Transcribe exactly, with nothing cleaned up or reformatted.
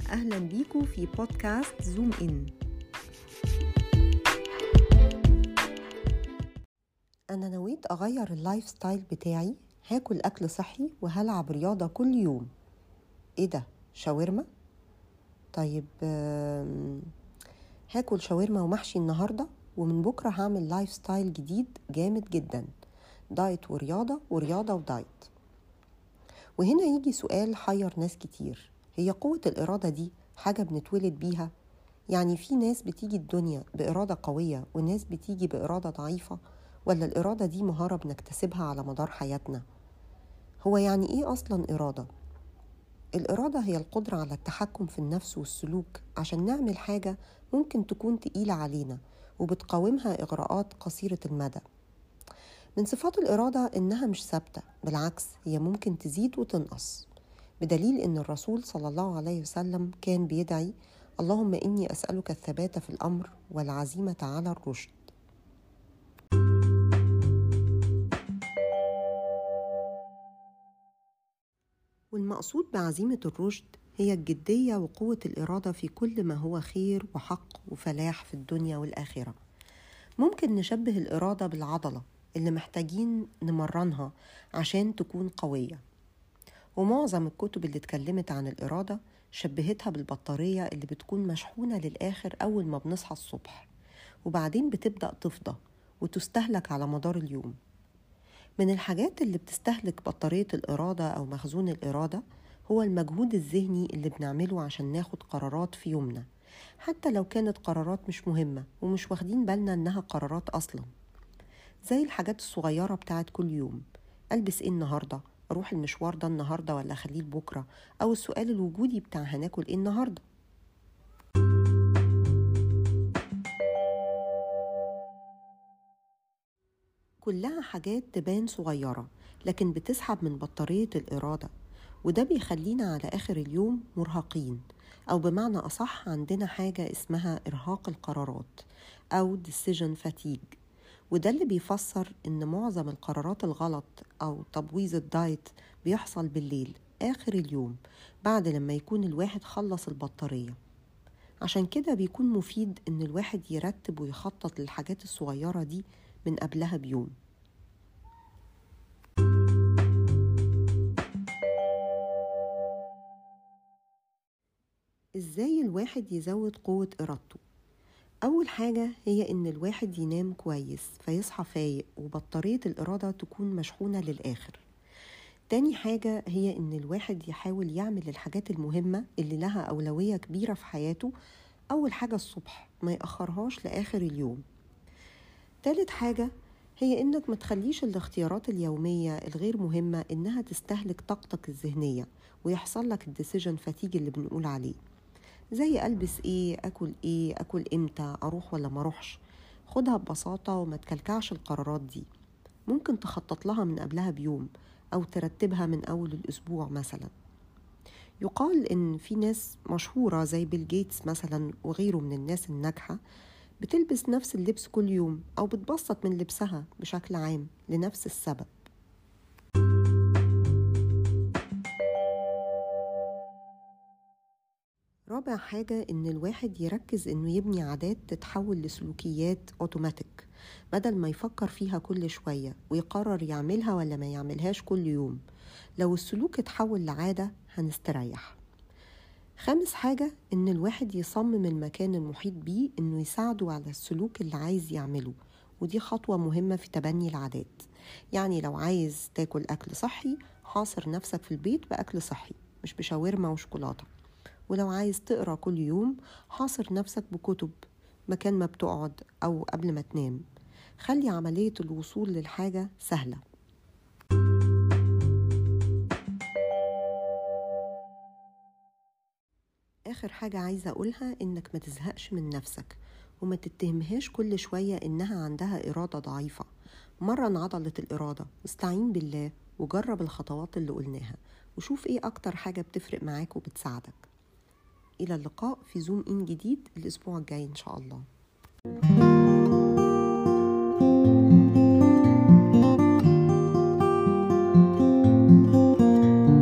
أهلا بيكم في بودكاست زوم إن. أنا نويت أغير اللايف ستايل بتاعي، هاكل أكل صحي وهلعب رياضة كل يوم. إيه ده؟ شاورما؟ طيب هاكل شاورما ومحشي النهاردة، ومن بكرة هعمل لايف ستايل جديد جامد جدا، دايت ورياضة ورياضة ودايت. وهنا يجي سؤال حير ناس كتير، هي قوة الإرادة دي حاجة بنتولد بيها؟ يعني في ناس بتيجي الدنيا بإرادة قوية وناس بتيجي بإرادة ضعيفة، ولا الإرادة دي مهارة بنكتسبها على مدار حياتنا؟ هو يعني إيه أصلا إرادة؟ الإرادة هي القدرة على التحكم في النفس والسلوك عشان نعمل حاجة ممكن تكون تقيلة علينا وبتقاومها إغراءات قصيرة المدى. من صفات الإرادة إنها مش ثابتة، بالعكس هي ممكن تزيد وتنقص، بدليل إن الرسول صلى الله عليه وسلم كان بيدعي: اللهم إني أسألك الثبات في الأمر والعزيمة على الرشد. والمقصود بعزيمة الرشد هي الجدية وقوة الإرادة في كل ما هو خير وحق وفلاح في الدنيا والآخرة. ممكن نشبه الإرادة بالعضلة اللي محتاجين نمرنها عشان تكون قوية، ومعظم الكتب اللي اتكلمت عن الإرادة شبهتها بالبطارية اللي بتكون مشحونة للآخر أول ما بنصحى الصبح، وبعدين بتبدأ تفضى وتستهلك على مدار اليوم. من الحاجات اللي بتستهلك بطارية الإرادة أو مخزون الإرادة هو المجهود الذهني اللي بنعمله عشان ناخد قرارات في يومنا، حتى لو كانت قرارات مش مهمة ومش واخدين بالنا إنها قرارات أصلا، زي الحاجات الصغيرة بتاعت كل يوم: ألبس إيه النهاردة؟ أروح المشوار ده النهاردة ولا أخليه لبكرة؟ أو السؤال الوجودي بتاع هناكل إيه النهاردة؟ كلها حاجات تبان صغيرة لكن بتسحب من بطارية الإرادة، وده بيخلينا على آخر اليوم مرهقين، أو بمعنى أصح عندنا حاجة اسمها إرهاق القرارات أو decision fatigue. وده اللي بيفسر إن معظم القرارات الغلط أو تبويظ الدايت بيحصل بالليل آخر اليوم بعد لما يكون الواحد خلص البطارية. عشان كده بيكون مفيد إن الواحد يرتب ويخطط للحاجات الصغيرة دي من قبلها بيوم. إزاي الواحد يزود قوة إرادته؟ أول حاجة هي إن الواحد ينام كويس فيصحى فايق وبطارية الإرادة تكون مشحونة للآخر. تاني حاجة هي إن الواحد يحاول يعمل الحاجات المهمة اللي لها أولوية كبيرة في حياته أول حاجة الصبح، ما يأخرهاش لآخر اليوم. تالت حاجة هي إنك ما تخليش الاختيارات اليومية الغير مهمة إنها تستهلك طاقتك الذهنية ويحصل لك الديسيجن فاتيج اللي بنقول عليه، زي ألبس إيه، أكل إيه، أكل إمتى، أروح ولا ما أروحش. خدها ببساطة وما تكلكعش القرارات دي. ممكن تخطط لها من قبلها بيوم أو ترتبها من أول الأسبوع مثلا. يقال إن في ناس مشهورة زي بيل جيتس مثلا وغيره من الناس الناجحة بتلبس نفس اللبس كل يوم أو بتبسط من لبسها بشكل عام لنفس السبب. رابع حاجة إن الواحد يركز إنه يبني عادات تتحول لسلوكيات أوتوماتيك، بدل ما يفكر فيها كل شوية ويقرر يعملها ولا ما يعملهاش كل يوم. لو السلوك اتحول لعادة هنستريح. خامس حاجة إن الواحد يصمم المكان المحيط بيه إنه يساعده على السلوك اللي عايز يعمله، ودي خطوة مهمة في تبني العادات. يعني لو عايز تاكل أكل صحي، حاصر نفسك في البيت بأكل صحي مش بشاورما وشوكولاتة. ولو عايز تقرأ كل يوم، حاصر نفسك بكتب مكان ما بتقعد أو قبل ما تنام. خلي عملية الوصول للحاجة سهلة. آخر حاجة عايزة أقولها إنك ما تزهقش من نفسك وما تتهمهاش كل شوية إنها عندها إرادة ضعيفة. مرن عضلة الإرادة، واستعين بالله، وجرب الخطوات اللي قلناها وشوف إيه أكتر حاجة بتفرق معاك وبتساعدك. إلى اللقاء في زوم إن جديد الأسبوع الجاي إن شاء الله.